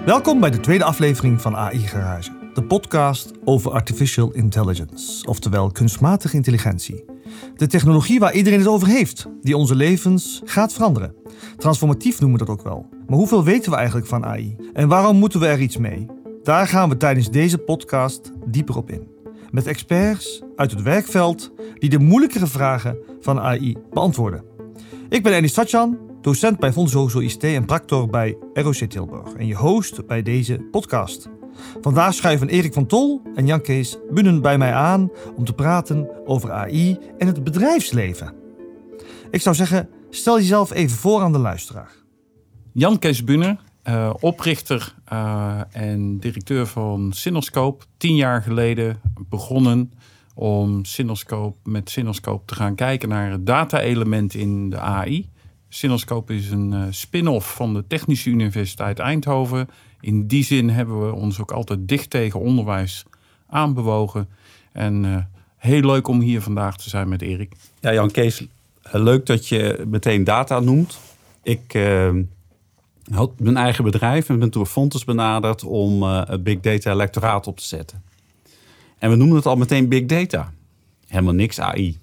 Welkom bij de tweede aflevering van AI Garage, de podcast over artificial intelligence, oftewel kunstmatige intelligentie. De technologie waar iedereen het over heeft, die onze levens gaat veranderen. Transformatief noemen we dat ook wel. Maar hoeveel weten we eigenlijk van AI? En waarom moeten we er iets mee? Daar gaan we tijdens deze podcast dieper op in. Met experts uit het werkveld die de moeilijkere vragen van AI beantwoorden. Ik ben Enis Satjan, docent bij Fonds Hogeschool ICT en practor bij ROC Tilburg en je host bij deze podcast. Vandaag schuiven Erik van Tol en Jan Kees Bunen bij mij aan om te praten over AI en het bedrijfsleven. Ik zou zeggen, stel jezelf even voor aan de luisteraar. Jan Kees Bunen, oprichter en directeur van Sinoscope. 10 jaar geleden begonnen om met Sinoscope te gaan kijken naar het data-element in de AI. Sinoscope is een spin-off van de Technische Universiteit Eindhoven. In die zin hebben we ons ook altijd dicht tegen onderwijs aanbewogen. En heel leuk om hier vandaag te zijn met Erik. Ja, Jan Kees, leuk dat je meteen data noemt. Ik had mijn eigen bedrijf en ben door Fontes benaderd om het Big Data lectoraat op te zetten. En we noemen het al meteen Big Data. Helemaal niks AI.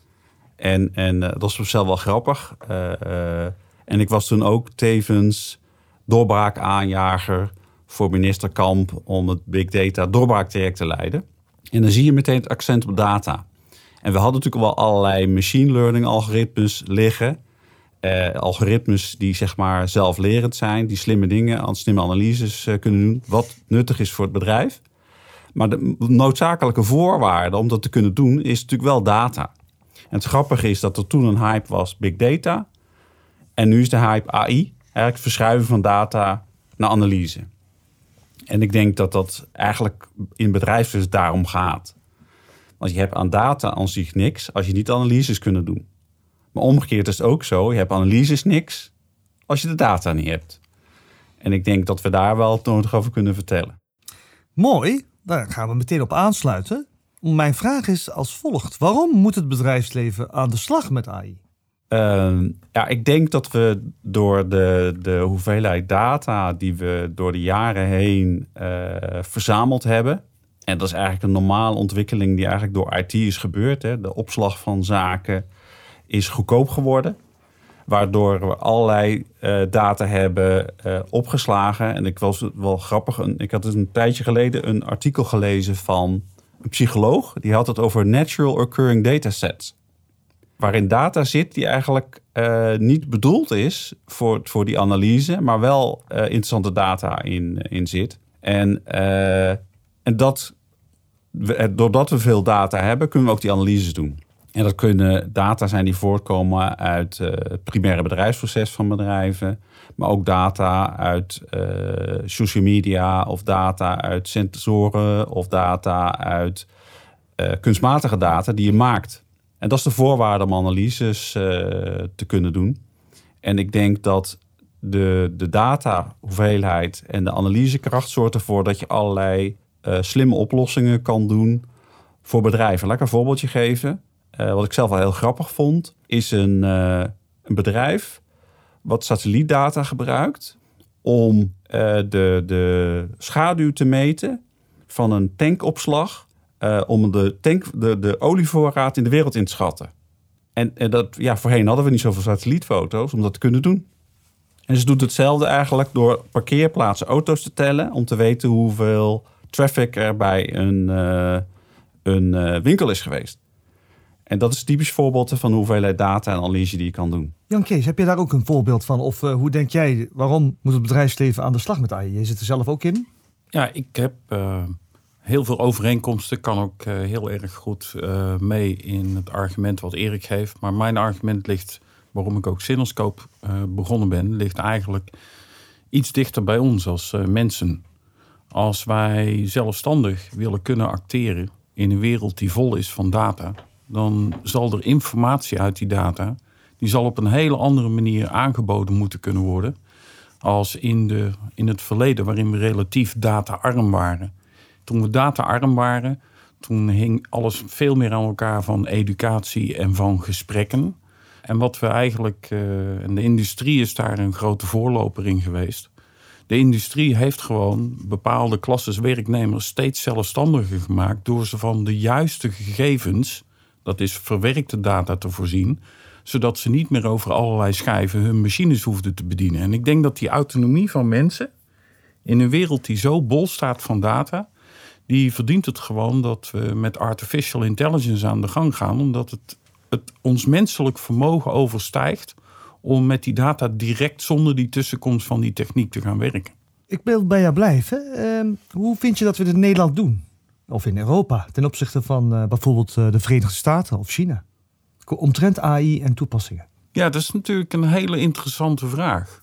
En dat was voor mezelf wel grappig. En ik was toen ook tevens doorbraakaanjager voor minister Kamp om het Big Data doorbraaktraject te leiden. En dan zie je meteen het accent op data. En we hadden natuurlijk wel allerlei machine learning algoritmes liggen. Algoritmes die zeg maar zelflerend zijn, die slimme dingen, slimme analyses kunnen doen, wat nuttig is voor het bedrijf. Maar de noodzakelijke voorwaarde om dat te kunnen doen is natuurlijk wel data. En het grappige is dat er toen een hype was Big Data. En nu is de hype AI. Eigenlijk het verschuiven van data naar analyse. En ik denk dat dat eigenlijk in bedrijfsleven daarom gaat. Want je hebt aan data aan zich niks als je niet analyses kunt doen. Maar omgekeerd is het ook zo. Je hebt analyses niks als je de data niet hebt. En ik denk dat we daar wel het nodig over kunnen vertellen. Mooi, daar gaan we meteen op aansluiten. Mijn vraag is als volgt. Waarom moet het bedrijfsleven aan de slag met AI? Ik denk dat we door de hoeveelheid data die we door de jaren heen verzameld hebben. En dat is eigenlijk een normale ontwikkeling die eigenlijk door IT is gebeurd. Hè. De opslag van zaken is goedkoop geworden. Waardoor we allerlei data hebben opgeslagen. En ik was wel grappig. Ik had dus een tijdje geleden een artikel gelezen van een psycholoog. Die had het over natural occurring datasets. Waarin data zit die eigenlijk niet bedoeld is voor die analyse. Maar wel interessante data in zit. En doordat we veel data hebben, kunnen we ook die analyses doen. En dat kunnen data zijn die voortkomen uit het primaire bedrijfsproces van bedrijven. Maar ook data uit social media of data uit sensoren of data uit kunstmatige data die je maakt. En dat is de voorwaarde om analyses te kunnen doen. En ik denk dat de data hoeveelheid en de analysekracht zorgt ervoor dat je allerlei slimme oplossingen kan doen voor bedrijven. Laat ik een voorbeeldje geven. Wat ik zelf wel heel grappig vond, is een bedrijf wat satellietdata gebruikt om de schaduw te meten van een tankopslag om de olievoorraad in de wereld in te schatten. En voorheen hadden we niet zoveel satellietfoto's om dat te kunnen doen. En ze doet hetzelfde eigenlijk door parkeerplaatsen auto's te tellen om te weten hoeveel traffic er bij een winkel is geweest. En dat is een typisch voorbeeld van de hoeveelheid data en analyse die je kan doen. Jan Kees, heb je daar ook een voorbeeld van? Of hoe denk jij, waarom moet het bedrijfsleven aan de slag met AI? Je zit er zelf ook in? Ja, ik heb heel veel overeenkomsten. Kan ook heel erg goed mee in het argument wat Erik geeft. Maar mijn argument ligt, waarom ik ook Sinoscope begonnen ben, ligt eigenlijk iets dichter bij ons als mensen. Als wij zelfstandig willen kunnen acteren in een wereld die vol is van data, dan zal er informatie uit die data, die zal op een hele andere manier aangeboden moeten kunnen worden als in het verleden, waarin we relatief data-arm waren. Toen we data-arm waren, toen hing alles veel meer aan elkaar van educatie en van gesprekken. En wat we eigenlijk, en de industrie is daar een grote voorloper in geweest. De industrie heeft gewoon bepaalde klasses werknemers steeds zelfstandiger gemaakt door ze van de juiste gegevens, dat is verwerkte data, te voorzien, zodat ze niet meer over allerlei schijven hun machines hoefden te bedienen. En ik denk dat die autonomie van mensen in een wereld die zo bol staat van data, die verdient het gewoon dat we met artificial intelligence aan de gang gaan, omdat het ons menselijk vermogen overstijgt om met die data direct zonder die tussenkomst van die techniek te gaan werken. Ik wil bij jou blijven. Hoe vind je dat we dit in Nederland doen? Of in Europa, ten opzichte van bijvoorbeeld de Verenigde Staten of China? Omtrent AI en toepassingen. Ja, dat is natuurlijk een hele interessante vraag.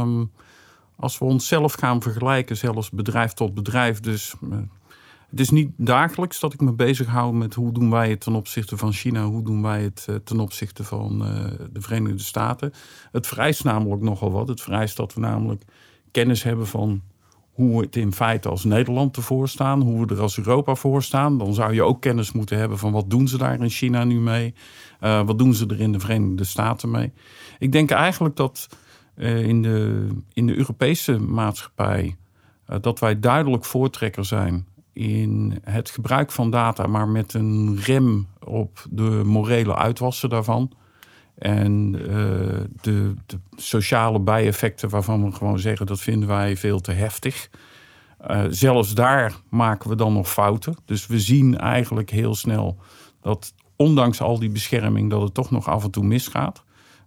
Als we onszelf gaan vergelijken, zelfs bedrijf tot bedrijf. Dus het is niet dagelijks dat ik me bezighoud met hoe doen wij het ten opzichte van China, hoe doen wij het ten opzichte van de Verenigde Staten. Het vereist namelijk nogal wat. Het vereist dat we namelijk kennis hebben van hoe we het in feite als Nederland ervoor staan, hoe we er als Europa voor staan. Dan zou je ook kennis moeten hebben van wat doen ze daar in China nu mee, wat doen ze er in de Verenigde Staten mee. Ik denk eigenlijk dat in de Europese maatschappij dat wij duidelijk voortrekker zijn in het gebruik van data, maar met een rem op de morele uitwassen daarvan. En de sociale bijeffecten waarvan we gewoon zeggen, dat vinden wij veel te heftig. Zelfs daar maken we dan nog fouten. Dus we zien eigenlijk heel snel dat ondanks al die bescherming, dat het toch nog af en toe misgaat.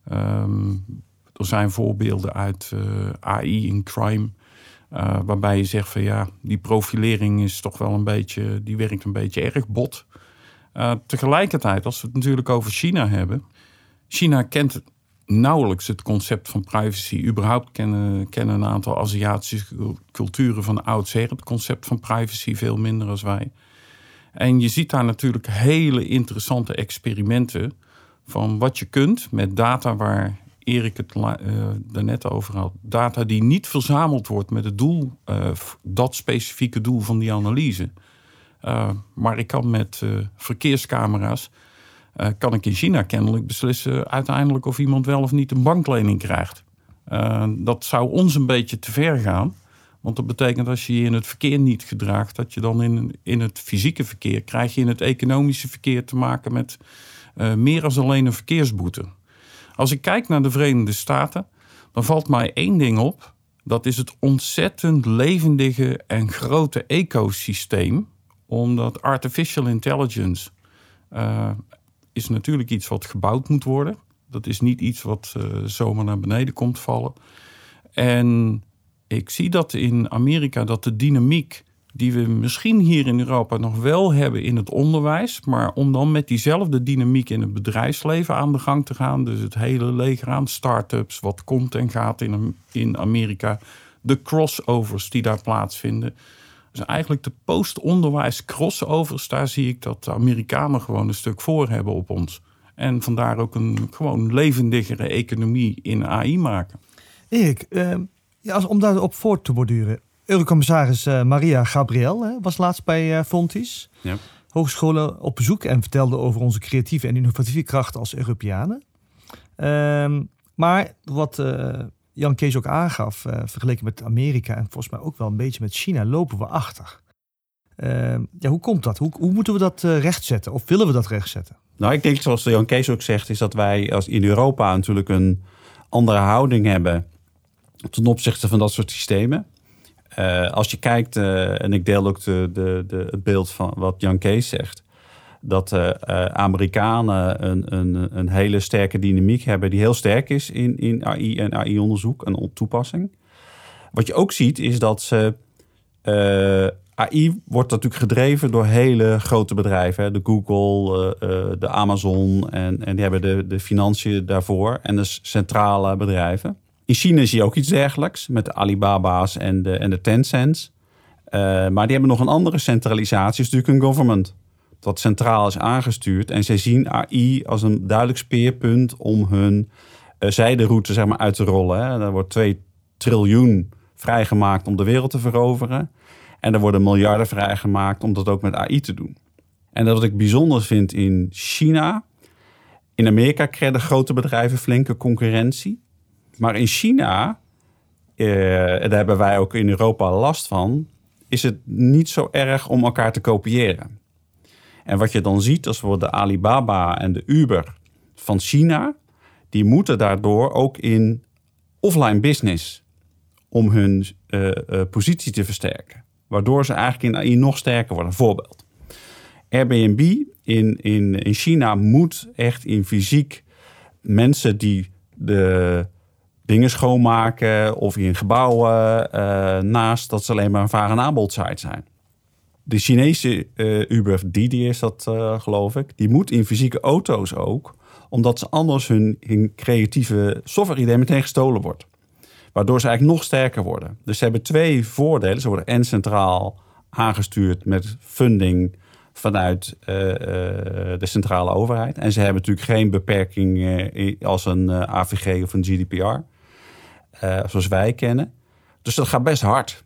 Er zijn voorbeelden uit AI in crime, waarbij je zegt van ja, die profilering is toch wel een beetje, die werkt een beetje erg bot. Tegelijkertijd, als we het natuurlijk over China hebben. China kent nauwelijks het concept van privacy. Überhaupt kennen een aantal Aziatische culturen van oudsher het concept van privacy veel minder dan wij. En je ziet daar natuurlijk hele interessante experimenten van wat je kunt met data waar Erik het daarnet over had. Data die niet verzameld wordt met het doel, dat specifieke doel van die analyse. Maar ik kan met verkeerscamera's, kan ik in China kennelijk beslissen uiteindelijk of iemand wel of niet een banklening krijgt. Dat zou ons een beetje te ver gaan. Want dat betekent als je je in het verkeer niet gedraagt, dat je dan in het fysieke verkeer, krijg je in het economische verkeer te maken met meer dan alleen een verkeersboete. Als ik kijk naar de Verenigde Staten, dan valt mij één ding op. Dat is het ontzettend levendige en grote ecosysteem. Omdat artificial intelligence is natuurlijk iets wat gebouwd moet worden. Dat is niet iets wat zomaar naar beneden komt vallen. En ik zie dat in Amerika dat de dynamiek die we misschien hier in Europa nog wel hebben in het onderwijs, maar om dan met diezelfde dynamiek in het bedrijfsleven aan de gang te gaan, dus het hele leger aan start-ups, wat komt en gaat in Amerika, de crossovers die daar plaatsvinden. Dus eigenlijk de post-onderwijs crossovers, daar zie ik dat de Amerikanen gewoon een stuk voor hebben op ons. En vandaar ook een gewoon levendigere economie in AI maken. Erik, om daarop voort te borduren. Eurocommissaris Maria Gabriel was laatst bij Fontys. Ja. Hogescholen op bezoek en vertelde over onze creatieve en innovatieve krachten als Europeanen. Maar wat Jan Kees ook aangaf, vergeleken met Amerika en volgens mij ook wel een beetje met China, lopen we achter. Hoe komt dat? Hoe moeten we dat rechtzetten? Of willen we dat rechtzetten? Nou, ik denk zoals Jan Kees ook zegt, is dat wij als in Europa natuurlijk een andere houding hebben ten opzichte van dat soort systemen. Als je kijkt, en ik deel ook het beeld van wat Jan Kees zegt, dat Amerikanen een hele sterke dynamiek hebben die heel sterk is in AI en AI-onderzoek en toepassing. Wat je ook ziet is dat ze AI wordt natuurlijk gedreven door hele grote bedrijven. Hè? De Google, de Amazon en die hebben de financiën daarvoor en de centrale bedrijven. In China zie je ook iets dergelijks met de Alibaba's en de Tencents. Maar die hebben nog een andere centralisatie, is natuurlijk een government. Dat centraal is aangestuurd. En zij zien AI als een duidelijk speerpunt om hun zijderoute zeg maar, uit te rollen. Hè. Er wordt 2 triljoen vrijgemaakt om de wereld te veroveren. En er worden miljarden vrijgemaakt om dat ook met AI te doen. En dat wat ik bijzonder vind in China. In Amerika krijgen grote bedrijven flinke concurrentie. Maar in China daar hebben wij ook in Europa last van, is het niet zo erg om elkaar te kopiëren. En wat je dan ziet, als bijvoorbeeld de Alibaba en de Uber van China, die moeten daardoor ook in offline business om hun positie te versterken. Waardoor ze eigenlijk in AI nog sterker worden. Voorbeeld. Airbnb in China moet echt in fysiek mensen die de dingen schoonmaken of in gebouwen naast dat ze alleen maar een vraag- en aanbodsite zijn. De Chinese Uber, Didi is dat geloof ik, die moet in fysieke auto's ook, omdat ze anders hun creatieve software-idee meteen gestolen wordt. Waardoor ze eigenlijk nog sterker worden. Dus ze hebben 2 voordelen. Ze worden en centraal aangestuurd met funding vanuit de centrale overheid. En ze hebben natuurlijk geen beperking als een AVG of een GDPR. Zoals wij kennen. Dus dat gaat best hard.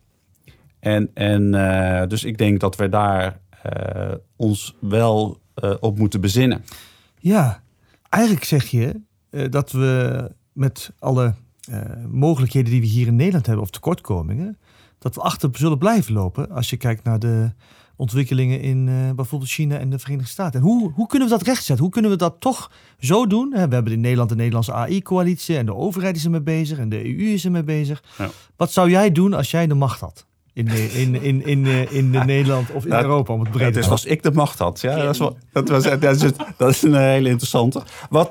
Dus ik denk dat we daar ons wel op moeten bezinnen. Ja, eigenlijk zeg je dat we met alle mogelijkheden die we hier in Nederland hebben, of tekortkomingen, dat we achter zullen blijven lopen als je kijkt naar de ontwikkelingen in bijvoorbeeld China en de Verenigde Staten. En hoe kunnen we dat rechtzetten? Hoe kunnen we dat toch zo doen? We hebben in Nederland de Nederlandse AI-coalitie en de overheid is ermee bezig en de EU is ermee bezig. Ja. Wat zou jij doen als jij de macht had? In Nederland of in Europa, om het breed te maken. Als ik de macht had. Ja, dat is een hele interessante.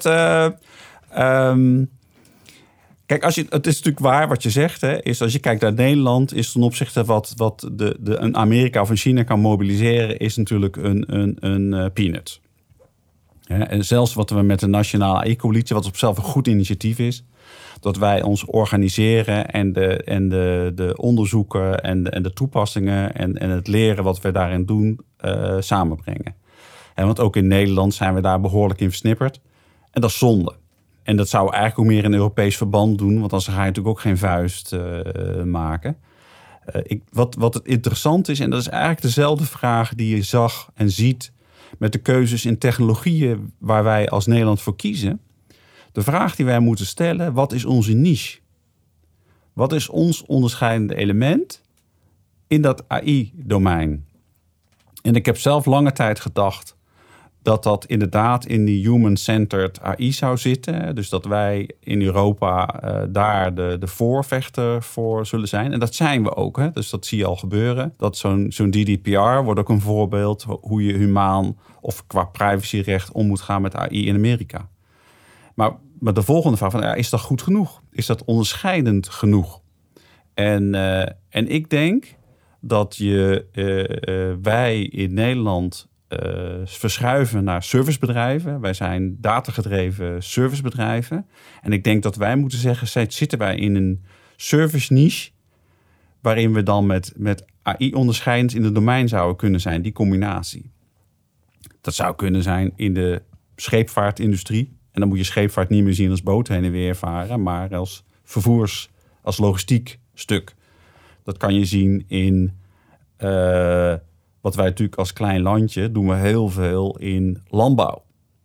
Kijk, het is natuurlijk waar wat je zegt. Hè, is als je kijkt naar Nederland, is ten opzichte wat een Amerika of een China kan mobiliseren, is natuurlijk een peanut. Ja, en zelfs wat we met de Nationale AI-coalitie, wat op zichzelf een goed initiatief is, dat wij ons organiseren en de onderzoeken en de toepassingen en het leren wat we daarin doen samenbrengen. En want ook in Nederland zijn we daar behoorlijk in versnipperd. En dat is zonde. En dat zou eigenlijk ook meer in Europees verband doen, want dan ga je natuurlijk ook geen vuist maken. Wat het interessant is, en dat is eigenlijk dezelfde vraag die je zag en ziet met de keuzes in technologieën waar wij als Nederland voor kiezen. De vraag die wij moeten stellen, wat is onze niche? Wat is ons onderscheidende element in dat AI-domein? En ik heb zelf lange tijd gedacht dat inderdaad in die human-centered AI zou zitten. Dus dat wij in Europa daar de voorvechter voor zullen zijn. En dat zijn we ook. Hè? Dus dat zie je al gebeuren. Dat zo'n GDPR wordt ook een voorbeeld hoe je humaan of qua privacyrecht om moet gaan met AI in Amerika. Maar de volgende vraag is dat goed genoeg? Is dat onderscheidend genoeg? En ik denk dat wij in Nederland verschuiven naar servicebedrijven. Wij zijn datagedreven servicebedrijven. En ik denk dat wij moeten zeggen, zitten wij in een service niche waarin we dan met AI onderscheidend in het domein zouden kunnen zijn, die combinatie. Dat zou kunnen zijn in de scheepvaartindustrie. En dan moet je scheepvaart niet meer zien als boten heen en weer varen, maar als als logistiek stuk. Dat kan je zien in wat wij natuurlijk als klein landje doen we heel veel in landbouw.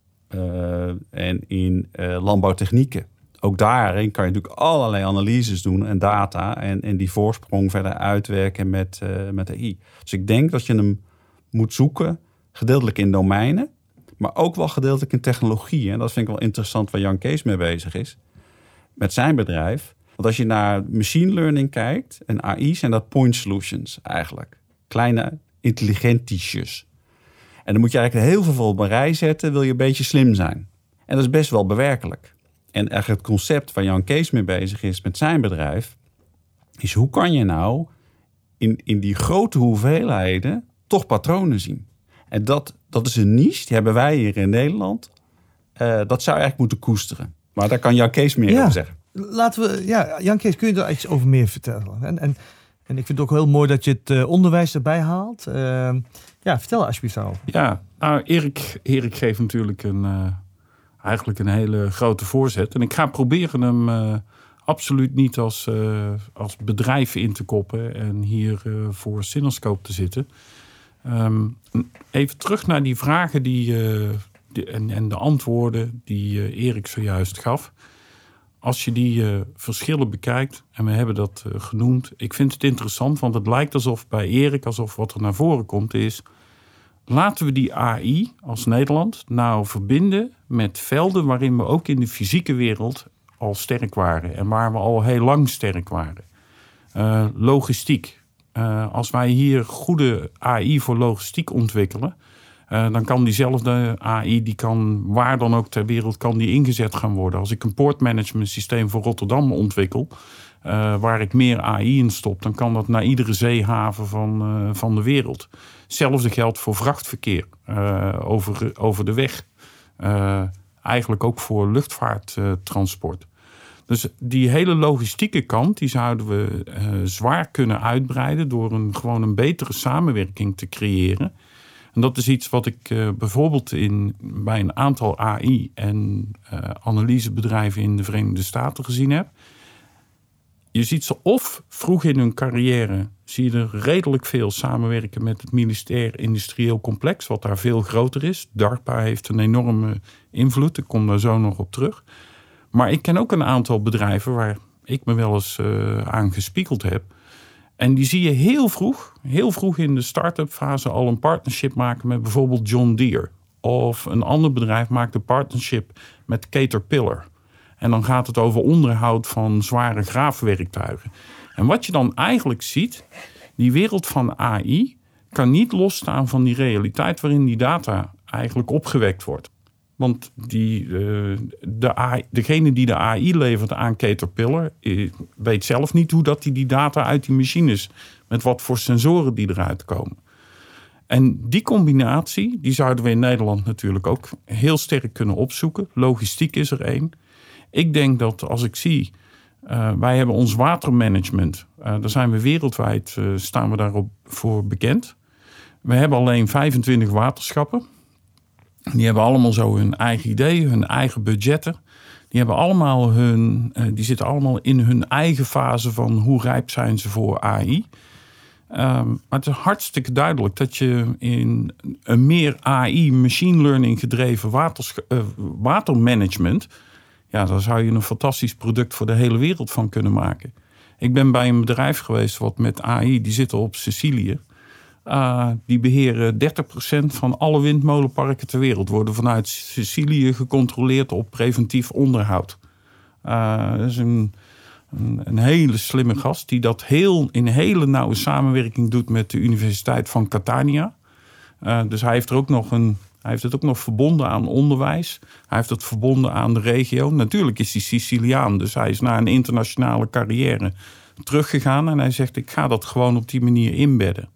En in landbouwtechnieken. Ook daarin kan je natuurlijk allerlei analyses doen en data en die voorsprong verder uitwerken met AI. Dus ik denk dat je hem moet zoeken, gedeeltelijk in domeinen, maar ook wel gedeeltelijk in technologie. En dat vind ik wel interessant waar Jan Kees mee bezig is. Met zijn bedrijf. Want als je naar machine learning kijkt en AI, zijn dat point solutions eigenlijk. Kleine intelligentiesjes. En dan moet je eigenlijk heel veel op een rij zetten, wil je een beetje slim zijn. En dat is best wel bewerkelijk. En eigenlijk het concept waar Jan Kees mee bezig is met zijn bedrijf, is hoe kan je nou in die grote hoeveelheden toch patronen zien? En dat is een niche, die hebben wij hier in Nederland. Dat zou eigenlijk moeten koesteren. Maar daar kan Jan Kees meer over zeggen. Jan Kees, kun je daar iets over meer vertellen? En ik vind het ook heel mooi dat je het onderwijs erbij haalt. Vertel alsjeblieft daarover. Ja, nou, Erik geeft natuurlijk eigenlijk een hele grote voorzet. En ik ga proberen hem absoluut niet als bedrijf in te koppen en hier voor Cinerscope te zitten. Even terug naar die vragen en de antwoorden die Erik zojuist gaf. als je die verschillen bekijkt, en we hebben dat genoemd. Ik vind het interessant, want het lijkt alsof bij Erik, alsof wat er naar voren komt is, laten we die AI als Nederland nou verbinden met velden waarin we ook in de fysieke wereld al sterk waren. En waar we al heel lang sterk waren. Logistiek. Als wij hier goede AI voor logistiek ontwikkelen, dan kan diezelfde AI, die kan waar dan ook ter wereld, kan die ingezet gaan worden. Als ik een poortmanagement systeem voor Rotterdam ontwikkel, waar ik meer AI in stop, dan kan dat naar iedere zeehaven van de wereld. Hetzelfde geldt voor vrachtverkeer over de weg. Eigenlijk ook voor luchtvaarttransport. Dus die hele logistieke kant, die zouden we zwaar kunnen uitbreiden door gewoon een betere samenwerking te creëren. En dat is iets wat ik bijvoorbeeld bij een aantal AI- en analysebedrijven in de Verenigde Staten gezien heb. Je ziet ze of vroeg in hun carrière, zie je er redelijk veel samenwerken met het militair-industrieel complex, wat daar veel groter is. DARPA heeft een enorme invloed, ik kom daar zo nog op terug. Maar ik ken ook een aantal bedrijven waar ik me wel eens aan gespiegeld heb. En die zie je heel vroeg in de start-up fase al een partnership maken met bijvoorbeeld John Deere. Of een ander bedrijf maakt een partnership met Caterpillar. En dan gaat het over onderhoud van zware graafwerktuigen. En wat je dan eigenlijk ziet, die wereld van AI kan niet losstaan van die realiteit waarin die data eigenlijk opgewekt wordt. Want degene die de AI levert aan Caterpillar weet zelf niet hoe dat die data uit die machines, met wat voor sensoren die eruit komen. En die combinatie, die zouden we in Nederland natuurlijk ook heel sterk kunnen opzoeken. Logistiek is er één. Ik denk dat als ik zie, wij hebben ons watermanagement. Daar zijn we wereldwijd, staan we daarop voor bekend. We hebben alleen 25 waterschappen. Die hebben allemaal zo hun eigen idee, hun eigen budgetten. Die zitten allemaal in hun eigen fase van hoe rijp zijn ze voor AI. Maar het is hartstikke duidelijk dat je in een meer AI, machine learning gedreven watermanagement, ja, daar zou je een fantastisch product voor de hele wereld van kunnen maken. Ik ben bij een bedrijf geweest wat met AI, die zitten op Sicilië. Die beheren 30% van alle windmolenparken ter wereld. Worden vanuit Sicilië gecontroleerd op preventief onderhoud. Dat is een hele slimme gast die dat in hele nauwe samenwerking doet met de Universiteit van Catania. Dus hij heeft het ook nog verbonden aan onderwijs. Hij heeft het verbonden aan de regio. Natuurlijk is hij Siciliaan, dus hij is naar een internationale carrière teruggegaan. En hij zegt, ik ga dat gewoon op die manier inbedden.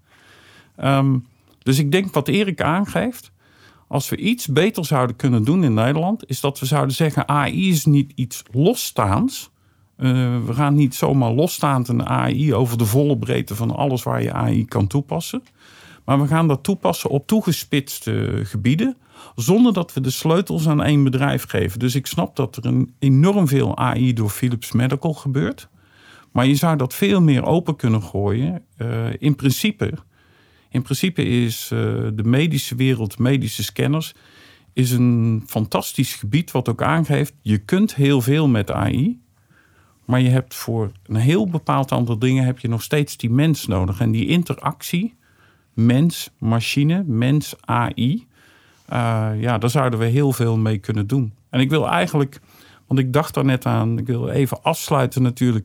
Dus ik denk wat Erik aangeeft, als we iets beter zouden kunnen doen in Nederland, is dat we zouden zeggen, AI is niet iets losstaands. We gaan niet zomaar losstaand een AI over de volle breedte van alles waar je AI kan toepassen. Maar we gaan dat toepassen op toegespitste gebieden, zonder dat we de sleutels aan één bedrijf geven. Dus ik snap dat er enorm veel AI door Philips Medical gebeurt. Maar je zou dat veel meer open kunnen gooien. In principe is de medische wereld, medische scanners, is een fantastisch gebied wat ook aangeeft, je kunt heel veel met AI, maar je hebt voor een heel bepaald aantal dingen heb je nog steeds die mens nodig. En die interactie, mens-machine, mens-AI, daar zouden we heel veel mee kunnen doen. En ik wil eigenlijk, want ik dacht daar net aan, ik wil even afsluiten natuurlijk.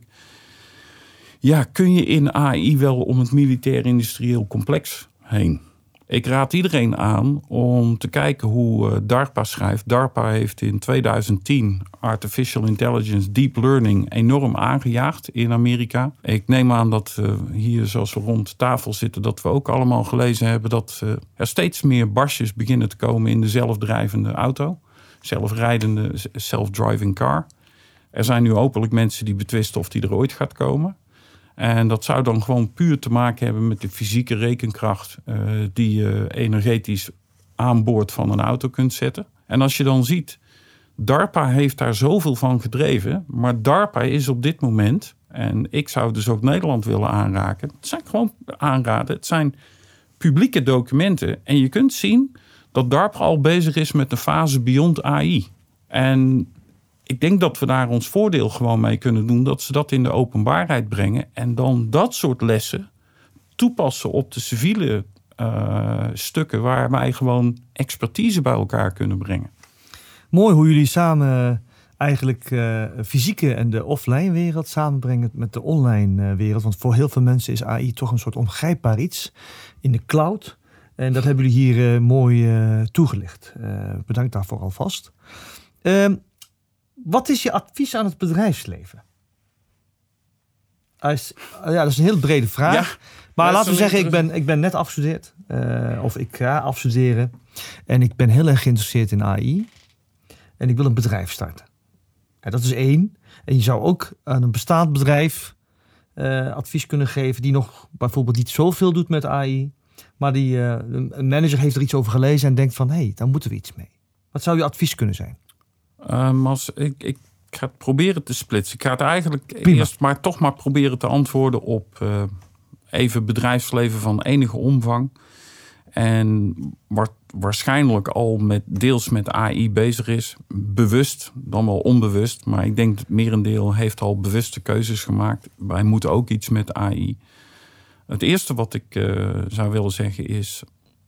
Ja, kun je in AI wel om het militair-industrieel complex heen? Ik raad iedereen aan om te kijken hoe DARPA schrijft. DARPA heeft in 2010 Artificial Intelligence Deep Learning enorm aangejaagd in Amerika. Ik neem aan dat hier, zoals we rond tafel zitten, dat we ook allemaal gelezen hebben dat er steeds meer barsjes beginnen te komen in de zelfdrijvende auto. Zelfrijdende, self-driving car. Er zijn nu openlijk mensen die betwisten of die er ooit gaat komen. En dat zou dan gewoon puur te maken hebben met de fysieke rekenkracht die je energetisch aan boord van een auto kunt zetten. En als je dan ziet, DARPA heeft daar zoveel van gedreven. Maar DARPA is op dit moment, en ik zou dus ook Nederland willen aanraken. Het zijn gewoon aanraden, het zijn publieke documenten. En je kunt zien dat DARPA al bezig is met de fase Beyond AI. En ik denk dat we daar ons voordeel gewoon mee kunnen doen. Dat ze dat in de openbaarheid brengen. En dan dat soort lessen toepassen op de civiele stukken waar wij gewoon expertise bij elkaar kunnen brengen. Mooi hoe jullie samen eigenlijk fysieke en de offline wereld samenbrengen met de online wereld. Want voor heel veel mensen is AI toch een soort ongrijpbaar iets in de cloud. En dat hebben jullie hier mooi toegelicht. Bedankt daarvoor alvast. Wat is je advies aan het bedrijfsleven? Dat is een heel brede vraag. Ja, maar laten we zeggen, ik ben net afgestudeerd. Of ik ga afstuderen. En ik ben heel erg geïnteresseerd in AI. En ik wil een bedrijf starten. Ja, dat is 1. En je zou ook aan een bestaand bedrijf advies kunnen geven die nog bijvoorbeeld niet zoveel doet met AI. Maar een manager heeft er iets over gelezen en denkt van, hé, daar moeten we iets mee. Wat zou je advies kunnen zijn? Ik ga het proberen te splitsen. Ik ga het eigenlijk Prima. eerst maar toch maar proberen te antwoorden op even bedrijfsleven van enige omvang. En wat waarschijnlijk al deels met AI bezig is. Bewust, dan wel onbewust. Maar ik denk dat het merendeel heeft al bewuste keuzes gemaakt. Wij moeten ook iets met AI. Het eerste wat ik zou willen zeggen is,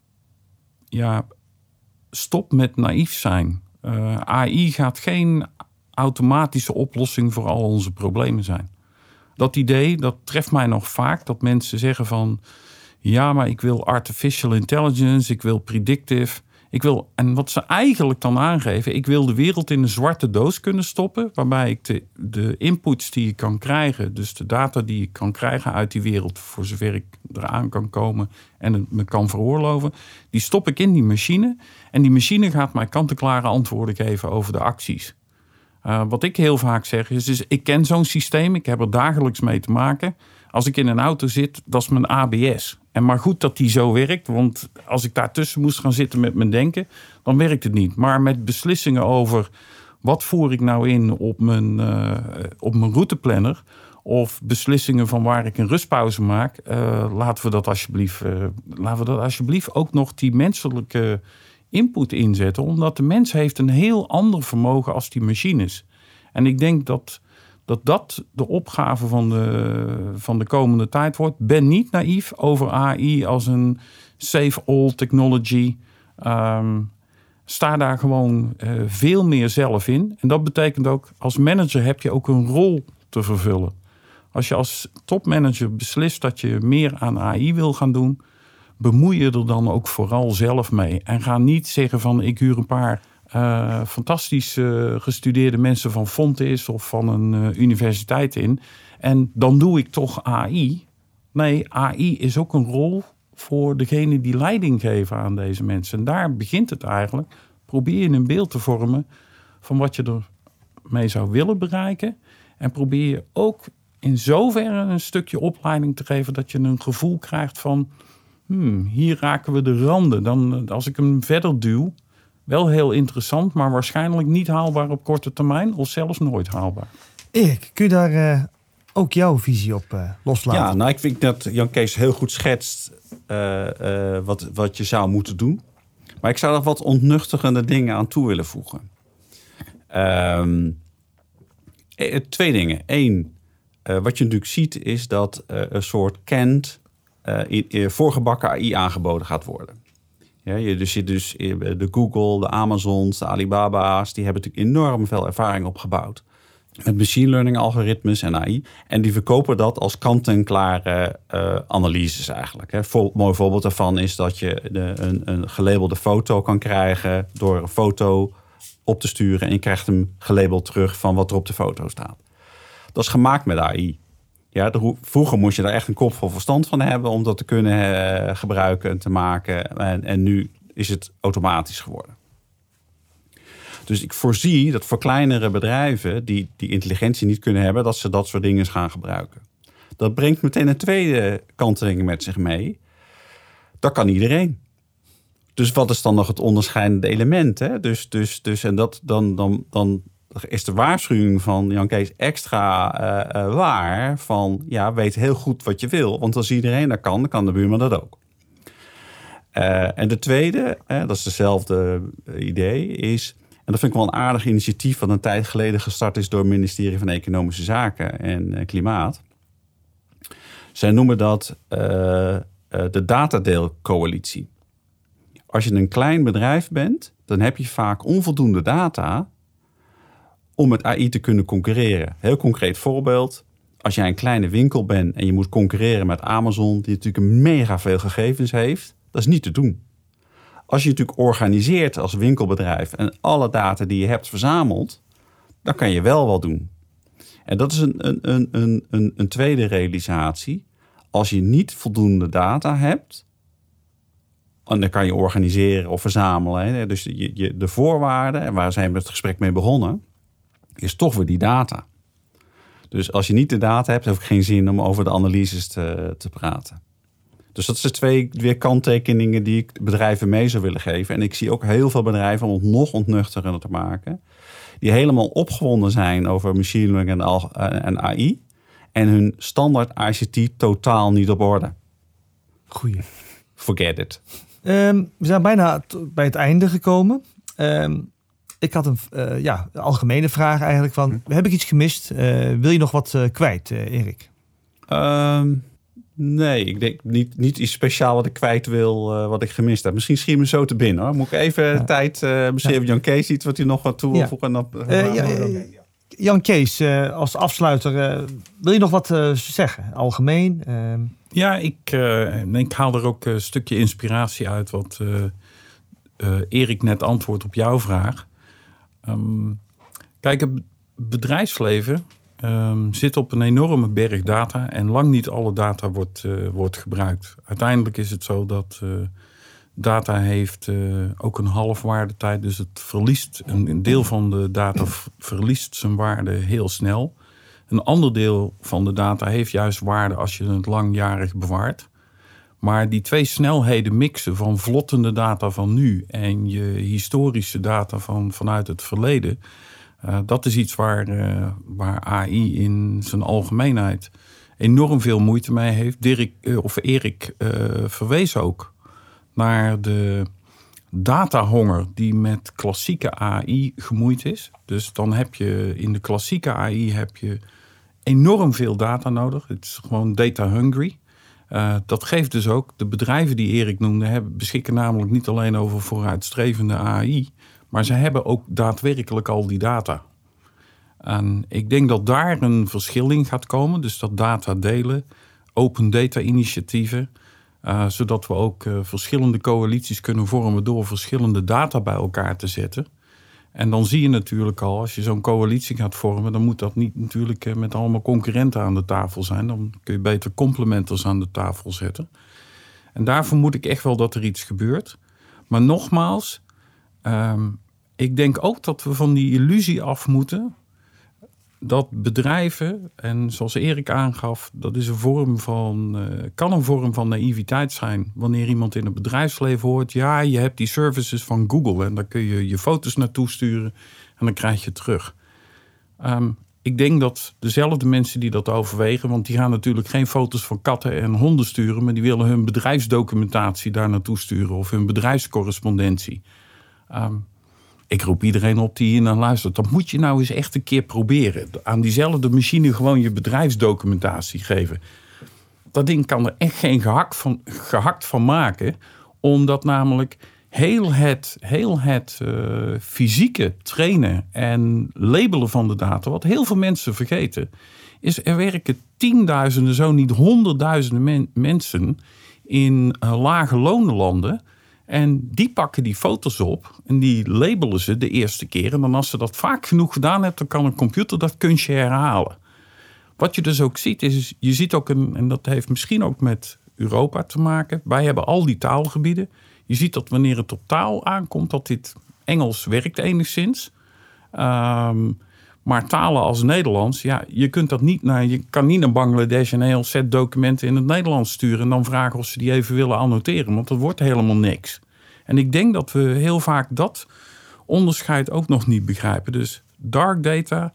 stop met naïef zijn. AI gaat geen automatische oplossing voor al onze problemen zijn. Dat idee, dat treft mij nog vaak. Dat mensen zeggen van, ja, maar ik wil artificial intelligence, ik wil predictive. En wat ze eigenlijk dan aangeven, ik wil de wereld in een zwarte doos kunnen stoppen, waarbij ik de inputs die je kan krijgen, dus de data die je kan krijgen uit die wereld, voor zover ik eraan kan komen en het me kan veroorloven, die stop ik in die machine. En die machine gaat mij kant-en-klare antwoorden geven over de acties. Wat ik heel vaak zeg is, ik ken zo'n systeem, ik heb er dagelijks mee te maken. Als ik in een auto zit, dat is mijn ABS. En maar goed dat die zo werkt, want als ik daartussen moest gaan zitten met mijn denken, dan werkt het niet. Maar met beslissingen over wat voer ik nou in op mijn routeplanner, of beslissingen van waar ik een rustpauze maak, laten we dat alsjeblieft ook nog die menselijke input inzetten. Omdat de mens heeft een heel ander vermogen als die machines. En ik denk dat de opgave van de komende tijd wordt. Ben niet naïef over AI als een safe all technology. Sta daar gewoon veel meer zelf in. En dat betekent ook, als manager heb je ook een rol te vervullen. Als je als topmanager beslist dat je meer aan AI wil gaan doen, bemoei je er dan ook vooral zelf mee. En ga niet zeggen van, ik huur een paar fantastisch gestudeerde mensen van Fontis of van een universiteit in. En dan doe ik toch AI. Nee, AI is ook een rol voor degene die leiding geven aan deze mensen. En daar begint het eigenlijk. Probeer je een beeld te vormen van wat je ermee zou willen bereiken. En probeer je ook in zoverre een stukje opleiding te geven dat je een gevoel krijgt van, hier raken we de randen. Dan, als ik hem verder duw, wel heel interessant, maar waarschijnlijk niet haalbaar op korte termijn of zelfs nooit haalbaar. Erik, kun je daar ook jouw visie op loslaten? Ja, nou, ik vind dat Jan Kees heel goed schetst wat je zou moeten doen. Maar ik zou er wat ontnuchterende dingen aan toe willen voegen. 2 dingen. 1, wat je natuurlijk ziet is dat een soort canned, voorgebakken AI aangeboden gaat worden. Ja, je ziet dus de Google, de Amazons, de Alibaba's, die hebben natuurlijk enorm veel ervaring opgebouwd met machine learning algoritmes en AI. En die verkopen dat als kant-en-klare analyses eigenlijk. Mooi voorbeeld daarvan is dat je een gelabelde foto kan krijgen door een foto op te sturen en je krijgt hem gelabeld terug van wat er op de foto staat. Dat is gemaakt met AI. Ja, vroeger moest je daar echt een kop vol verstand van hebben om dat te kunnen gebruiken en te maken. En nu is het automatisch geworden. Dus ik voorzie dat voor kleinere bedrijven die intelligentie niet kunnen hebben, dat ze dat soort dingen gaan gebruiken. Dat brengt meteen een tweede kanttekening met zich mee. Dat kan iedereen. Dus wat is dan nog het onderscheidende element? Hè? Dus en dat dan is de waarschuwing van Jan Kees extra waar. Van ja, weet heel goed wat je wil. Want als iedereen dat kan, dan kan de buurman dat ook. En de tweede, dat is hetzelfde idee, is En dat vind ik wel een aardig initiatief wat een tijd geleden gestart is door het ministerie van Economische Zaken en Klimaat. Zij noemen dat de datadeelcoalitie. Als je een klein bedrijf bent, dan heb je vaak onvoldoende data om met AI te kunnen concurreren. Heel concreet voorbeeld. Als jij een kleine winkel bent en je moet concurreren met Amazon, die natuurlijk mega veel gegevens heeft, dat is niet te doen. Als je natuurlijk organiseert als winkelbedrijf en alle data die je hebt verzamelt, dan kan je wel wat doen. En dat is een tweede realisatie. Als je niet voldoende data hebt, en dan kan je organiseren of verzamelen. Hè. Dus de voorwaarden, en waar zijn we het gesprek mee begonnen, is toch weer die data. Dus als je niet de data hebt, heeft het geen zin om over de analyses te praten. Dus dat zijn twee weer kanttekeningen die ik bedrijven mee zou willen geven. En ik zie ook heel veel bedrijven, om het nog ontnuchterender te maken, die helemaal opgewonden zijn over machine learning en AI. En hun standaard ICT totaal niet op orde. Goeie. Forget it. We zijn bijna bij het einde gekomen. Ik had een algemene vraag eigenlijk van, heb ik iets gemist? Wil je nog wat kwijt, Erik? Nee, ik denk niet iets speciaal wat ik kwijt wil, wat ik gemist heb. Misschien schiet me zo te binnen, hoor. Moet ik even tijd, misschien even Jan Kees iets wat hij nog wat toe wil voegen. Jan Kees, als afsluiter, wil je nog wat zeggen? Algemeen? Ja, ik haal er ook een stukje inspiratie uit wat Erik net antwoordt op jouw vraag. Kijk, het bedrijfsleven zit op een enorme berg data en lang niet alle data wordt gebruikt. Uiteindelijk is het zo dat data heeft ook een halfwaardetijd, dus het verliest een deel van de data verliest zijn waarde heel snel. Een ander deel van de data heeft juist waarde als je het langjarig bewaart. Maar die twee snelheden mixen van vlottende data van nu en je historische data vanuit het verleden, dat is iets waar AI in zijn algemeenheid enorm veel moeite mee heeft. Erik verwees ook naar de datahonger die met klassieke AI gemoeid is. Dus dan heb je in de klassieke AI enorm veel data nodig. Het is gewoon data hungry. Dat geeft dus ook, de bedrijven die Erik noemde, beschikken namelijk niet alleen over vooruitstrevende AI, maar ze hebben ook daadwerkelijk al die data. En ik denk dat daar een verschil in gaat komen. Dus dat data delen, open data initiatieven, zodat we ook verschillende coalities kunnen vormen door verschillende data bij elkaar te zetten. En dan zie je natuurlijk al, als je zo'n coalitie gaat vormen, dan moet dat niet natuurlijk met allemaal concurrenten aan de tafel zijn. Dan kun je beter complementers aan de tafel zetten. En daar vermoed ik echt wel dat er iets gebeurt. Maar nogmaals, ik denk ook dat we van die illusie af moeten dat bedrijven, en zoals Erik aangaf, dat is kan een vorm van naïviteit zijn. Wanneer iemand in het bedrijfsleven hoort, ja, je hebt die services van Google en daar kun je je foto's naartoe sturen en dan krijg je terug. Ik denk dat dezelfde mensen die dat overwegen, want die gaan natuurlijk geen foto's van katten en honden sturen, maar die willen hun bedrijfsdocumentatie daar naartoe sturen of hun bedrijfscorrespondentie. Ik roep iedereen op die hier naar luistert. Dat moet je nou eens echt een keer proberen. Aan diezelfde machine gewoon je bedrijfsdocumentatie geven. Dat ding kan er echt geen gehakt van maken. Omdat namelijk heel het fysieke trainen en labelen van de data, wat heel veel mensen vergeten, is er werken tienduizenden, zo niet honderdduizenden mensen in lage lonenlanden. En die pakken die foto's op en die labelen ze de eerste keer. En dan als ze dat vaak genoeg gedaan hebben, dan kan een computer dat kunstje herhalen. Wat je dus ook ziet, is je ziet ook en dat heeft misschien ook met Europa te maken. Wij hebben al die taalgebieden. Je ziet dat wanneer het op taal aankomt, dat dit Engels werkt enigszins. Maar talen als Nederlands, ja, je kan niet naar Bangladesh een heel set documenten in het Nederlands sturen en dan vragen of ze die even willen annoteren, want dat wordt helemaal niks. En ik denk dat we heel vaak dat onderscheid ook nog niet begrijpen. Dus dark data,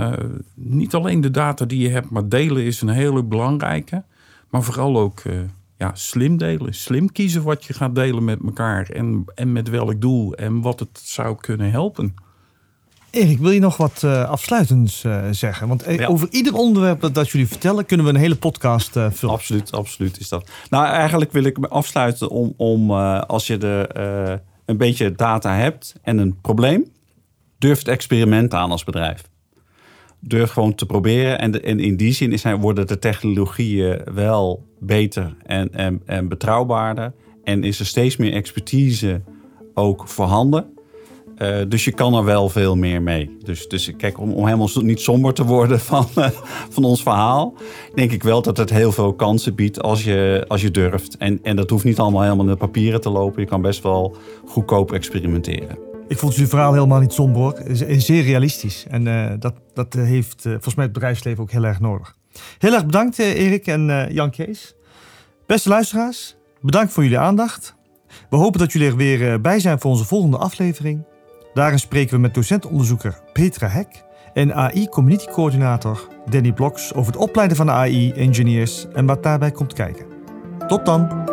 niet alleen de data die je hebt, maar delen is een hele belangrijke. Maar vooral ook slim delen. Slim kiezen wat je gaat delen met elkaar. En met welk doel en wat het zou kunnen helpen. Erik, wil je nog wat afsluitends zeggen? Want over ieder onderwerp dat jullie vertellen, kunnen we een hele podcast vullen. Absoluut is dat. Nou, eigenlijk wil ik me afsluiten om als je een beetje data hebt en een probleem, durf het experiment aan als bedrijf. Durf gewoon te proberen. En in die zin worden de technologieën wel beter en betrouwbaarder. En is er steeds meer expertise ook voorhanden. Dus je kan er wel veel meer mee. Dus kijk, om helemaal niet somber te worden van ons verhaal, denk ik wel dat het heel veel kansen biedt als je durft. En dat hoeft niet allemaal helemaal in de papieren te lopen. Je kan best wel goedkoop experimenteren. Ik vond uw verhaal helemaal niet somber, hoor. Zeer realistisch. En dat heeft volgens mij het bedrijfsleven ook heel erg nodig. Heel erg bedankt, Erik en Jan Kees. Beste luisteraars, bedankt voor jullie aandacht. We hopen dat jullie er weer bij zijn voor onze volgende aflevering. Daarin spreken we met docent-onderzoeker Petra Hek en AI-community-coördinator Danny Bloks over het opleiden van AI-engineers en wat daarbij komt kijken. Tot dan!